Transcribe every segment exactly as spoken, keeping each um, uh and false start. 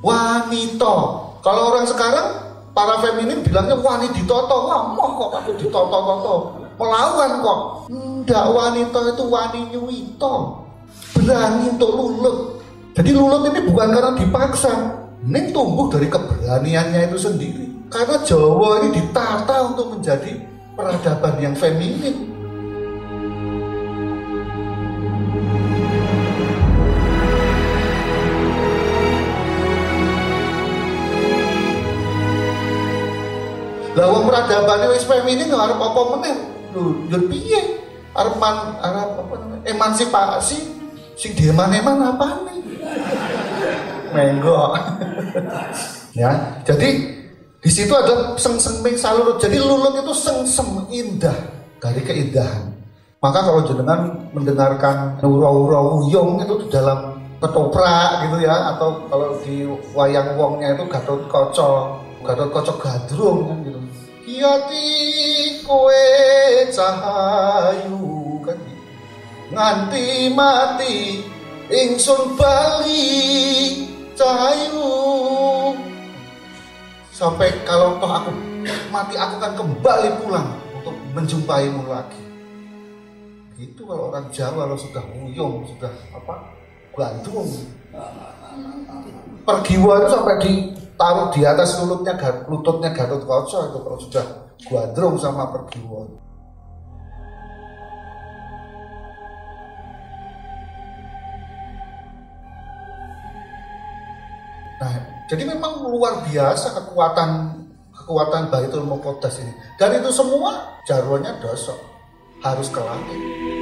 wanita. Kalau orang sekarang para feminin bilangnya wani ditoto. Wah, mau kok aku ditoto-toto. Melawan kok. Enggak, wanita itu wani nyuwito. Berani untuk lulut. Jadi lulut ini bukan karena dipaksa. Ini tumbuh dari keberaniannya itu sendiri. Karena Jawa ini ditata untuk menjadi peradaban yang feminin. Lah wong peradabane wis feminin lho arep apa meneh? Lho, yo piye? Arep man arep apa namanya? Emansipasi sing dieman-eman apane? Menggo. Ya, jadi di situ ada seng-seng salurut. Jadi lulut itu seng-sem indah dari keindahan. Maka kalau jenengan mendengarkan ura-ura wuyung itu di dalam ketoprak gitu ya, atau kalau di wayang wongnya itu Gatotkaca, Gatotkaca Gadrung kan gitu. Yati kowe cahayu kan gitu. Nganti mati ingsun bali cahayu. Sampai kalau toh aku mati aku akan kembali pulang untuk menjumpaimu lagi. Itu kalau orang Jawa kalau sudah wuyung, sudah apa? Gandrung. Pergiwa itu sampai ditaruh di atas lututnya, lututnya Gatotkaca itu kalau sudah gandrung sama pergiwa. Nah, jadi memang luar biasa kekuatan kekuatan Baitul Muqaddas ini. Dan itu semua jarwonya dosok harus ke langit.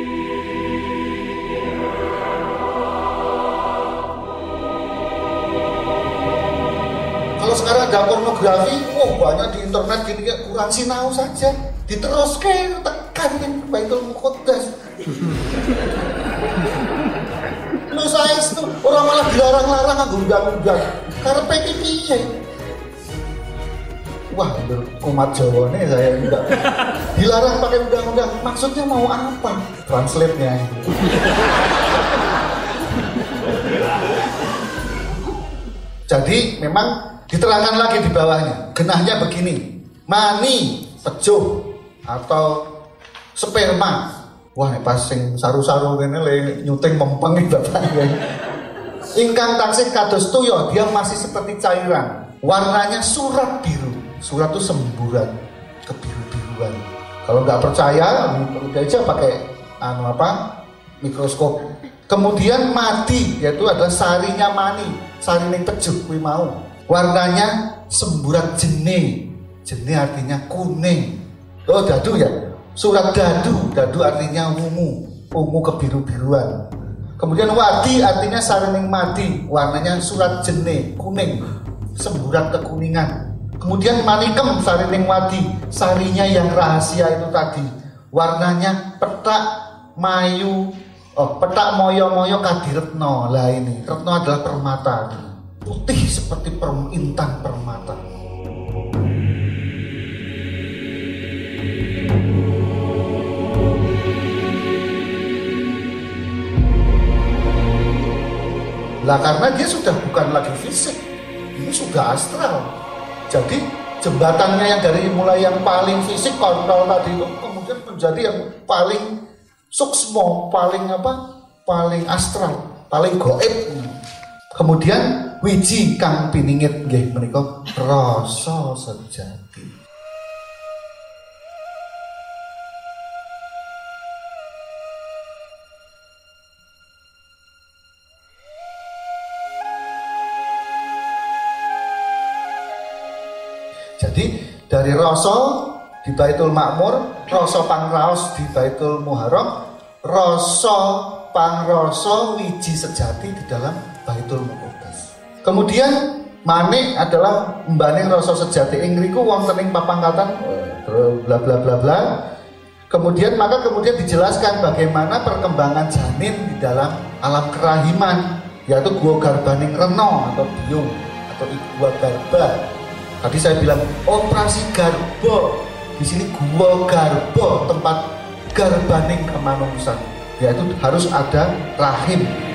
Kalau sekarang ada pornografi, oh banyak di internet gini ya, kurang sinau saja, diteruskan tekan yang Baitul Muqaddas. Lu saya itu orang malah dilarang-larang aku undang-undang karena pengen piye. Wah, kumat Jawa nih saya enggak. Dilarang pakai undang-undang, maksudnya mau apa? Translate-nya. Jadi memang diterangkan lagi di bawahnya. Genahnya begini. Mani, pejuh atau sperma. Wah, pas sing saru-saru kene le nyuting mempeng iki Bapak ya. Ingkang taksih kados tuya, dia masih seperti cairan. Warnanya surat biru. Surat itu semburan kebiru-biruan. Kalau nggak percaya, udah aja pakai anu apa? Mikroskop. Kemudian mati, yaitu adalah sarinya mani, sarining pejuh kuwi mau. Warnanya semburat jene. Jene artinya kuning. Oh, dadu ya? Surat dadu, dadu artinya ungu, ungu kebiru-biruan. Kemudian wadi artinya sarining mati, warnanya surat jene, kuning, semburat kekuningan. Kemudian manikem sarining wadi, sarinya yang rahasia itu tadi, warnanya petak mayu, oh petak moyo-moyo kadiretno. Lah ini, retno adalah permata, putih seperti per, intan permata. Lah karena dia sudah bukan lagi fisik, ini sudah astral. Jadi jembatannya yang dari mulai yang paling fisik kontrol tadi itu kemudian menjadi yang paling suksmo, paling apa? Paling astral, paling goib. Kemudian wiji kang piningit nggih menika rasa sejati. Jadi dari rasa di Baitul Makmur, rasa pangraos di Baitul Muharram, rasa pangrasa wiji sejati di dalam Baitul Muqaddas. Kemudian manik adalah mbane rasa sejati ing riku wonten ing papangkatan bla bla bla bla. Kemudian maka kemudian dijelaskan bagaimana perkembangan janin di dalam alam kerahiman, yaitu gua garbaning reno atau biung atau gua garba. Tadi saya bilang operasi garba, di sini gua garba, tempat garbaning kemanungsan, yaitu harus ada rahim.